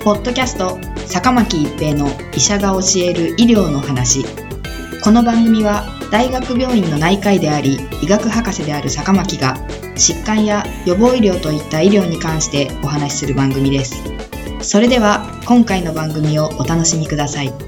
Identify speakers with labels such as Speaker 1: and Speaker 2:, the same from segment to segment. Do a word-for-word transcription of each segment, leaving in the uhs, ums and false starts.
Speaker 1: ポッドキャスト坂巻一平の医者が教える医療の話。この番組は大学病院の内科医であり医学博士である坂巻が疾患や予防医療といった医療に関してお話しする番組です。それでは今回の番組をお楽しみください。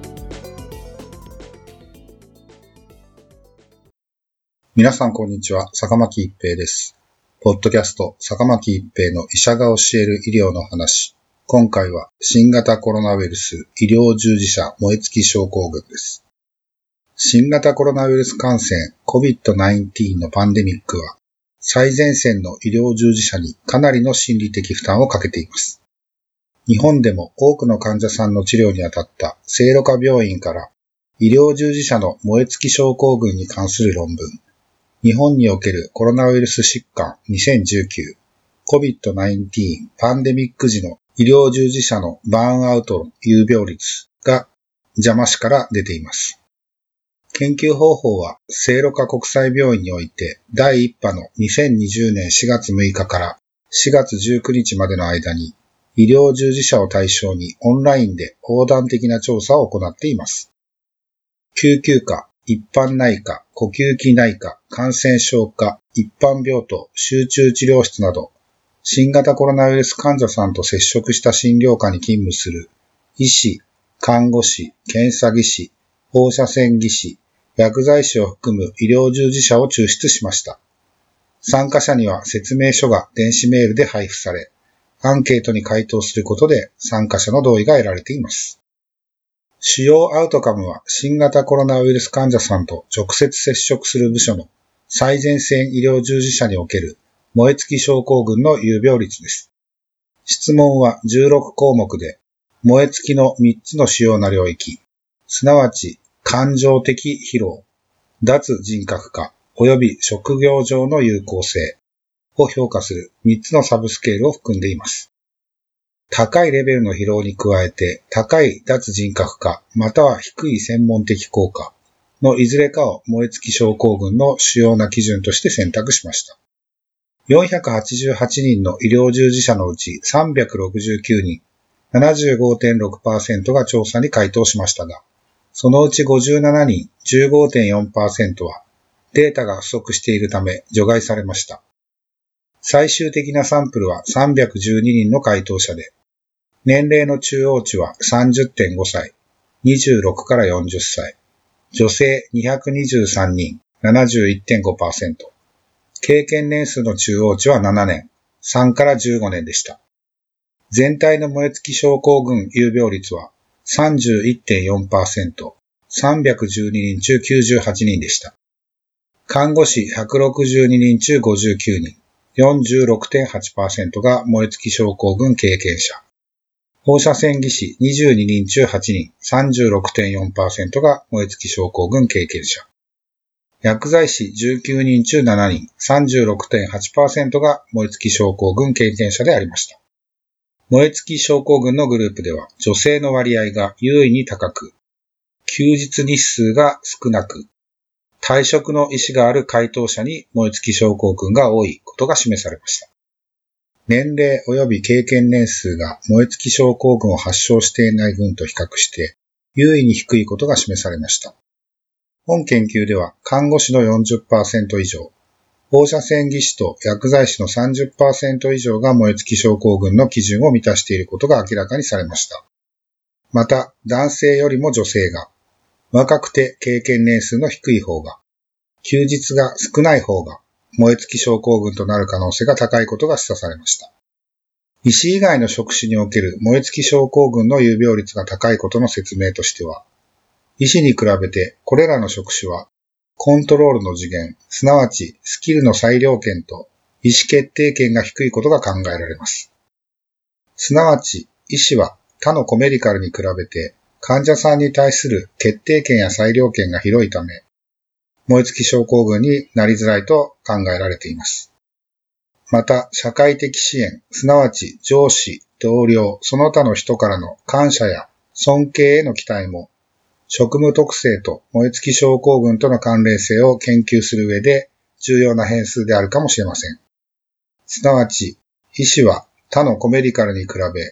Speaker 2: 皆さんこんにちは、坂巻一平です。ポッドキャスト坂巻一平の医者が教える医療の話。今回は新型コロナウイルス医療従事者燃え尽き症候群です。新型コロナウイルス感染 コビッドナインティーン のパンデミックは最前線の医療従事者にかなりの心理的負担をかけています。日本でも多くの患者さんの治療に当たった聖路加病院から医療従事者の燃え尽き症候群に関する論文、日本におけるコロナウイルス疾患にせんじゅうきゅう コビッドナインティーン パンデミック時の医療従事者のバーンアウトの有病率が邪魔市から出ています。研究方法は聖路加国際病院においてだいいっ波のにせんにじゅうねんしがつむいかからしがつじゅうくにちまでの間に医療従事者を対象にオンラインで横断的な調査を行っています。救急科、一般内科、呼吸器内科、感染症科、一般病棟、集中治療室など、新型コロナウイルス患者さんと接触した診療科に勤務する医師、看護師、検査技師、放射線技師、薬剤師を含む医療従事者を抽出しました。参加者には説明書が電子メールで配布され、アンケートに回答することで参加者の同意が得られています。主要アウトカムは新型コロナウイルス患者さんと直接接触する部署の最前線医療従事者における燃え尽き症候群の有病率です。質問はじゅうろくこうもくで、燃え尽きのみっつの主要な領域、すなわち感情的疲労、脱人格化及び職業上の有効性を評価するみっつのサブスケールを含んでいます。高いレベルの疲労に加えて高い脱人格化または低い専門的効果のいずれかを燃え尽き症候群の主要な基準として選択しました。よんひゃくはちじゅうはちにんの医療従事者のうちさんびゃくろくじゅうきゅうにん、ななじゅうごてんろくパーセント が調査に回答しましたが、そのうちごじゅうななにん、じゅうごてんよんパーセント はデータが不足しているため除外されました。最終的なサンプルはさんびゃくじゅうににんの回答者で、年齢の中央値は さんじゅってんごさい、にじゅうろくからよんじゅっさい、女性にひゃくにじゅうさんにん、ななじゅういってんごパーセント、経験年数の中央値はななねん、さんからじゅうごねんでした。全体の燃え尽き症候群有病率は さんじゅういってんよんパーセント、さんびゃくじゅうににん中きゅうじゅうはちにんでした。看護師ひゃくろくじゅうににん中ごじゅうきゅうにん、よんじゅうろくてんはちパーセント が燃え尽き症候群経験者。放射線技師にじゅうににん中はちにん、さんじゅうろくてんよんパーセント が燃え尽き症候群経験者。薬剤師じゅうきゅうにん中しちにん、さんじゅうろくてんはちパーセント が燃え尽き症候群経験者でありました。燃え尽き症候群のグループでは女性の割合が優位に高く、休日日数が少なく、退職の意思がある回答者に燃え尽き症候群が多いことが示されました。年齢及び経験年数が燃え尽き症候群を発症していない群と比較して優位に低いことが示されました。本研究では看護師の よんじゅっパーセント 以上、放射線技師と薬剤師の さんじゅっパーセント 以上が燃え尽き症候群の基準を満たしていることが明らかにされました。また、男性よりも女性が、若くて経験年数の低い方が、休日が少ない方が、燃え尽き症候群となる可能性が高いことが示唆されました。医師以外の職種における燃え尽き症候群の有病率が高いことの説明としては、医師に比べてこれらの職種はコントロールの次元、すなわちスキルの裁量権と意思決定権が低いことが考えられます。すなわち医師は他のコメディカルに比べて患者さんに対する決定権や裁量権が広いため、燃え尽き症候群になりづらいと考えられています。また、社会的支援、すなわち上司、同僚、その他の人からの感謝や尊敬への期待も、職務特性と燃え尽き症候群との関連性を研究する上で重要な変数であるかもしれません。すなわち、医師は他のコメディカルに比べ、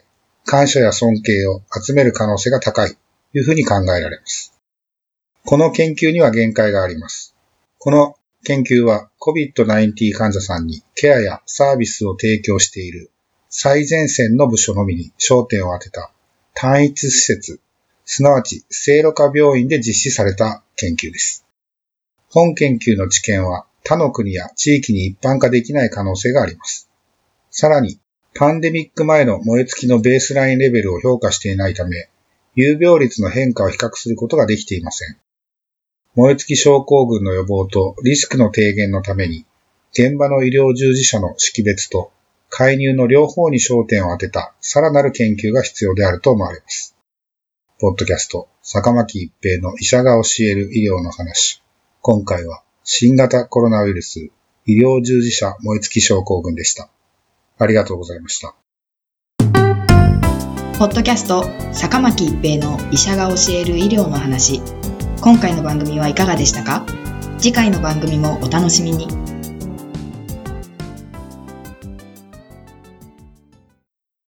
Speaker 2: 感謝や尊敬を集める可能性が高いというふうに考えられます。この研究には限界があります。この研究は コビッドナインティーン 患者さんにケアやサービスを提供している最前線の部署のみに焦点を当てた単一施設、すなわち聖路加病院で実施された研究です。本研究の知見は他の国や地域に一般化できない可能性があります。さらに、パンデミック前の燃え尽きのベースラインレベルを評価していないため、有病率の変化を比較することができていません。燃え尽き症候群の予防とリスクの低減のために、現場の医療従事者の識別と介入の両方に焦点を当てたさらなる研究が必要であると思われます。ポッドキャスト、坂巻一平の医者が教える医療の話。今回は新型コロナウイルス医療従事者燃え尽き症候群でした。ありがとうございました。
Speaker 1: ポッドキャスト、坂巻一平の医者が教える医療の話。今回の番組はいかがでしたか？次回の番組もお楽しみに。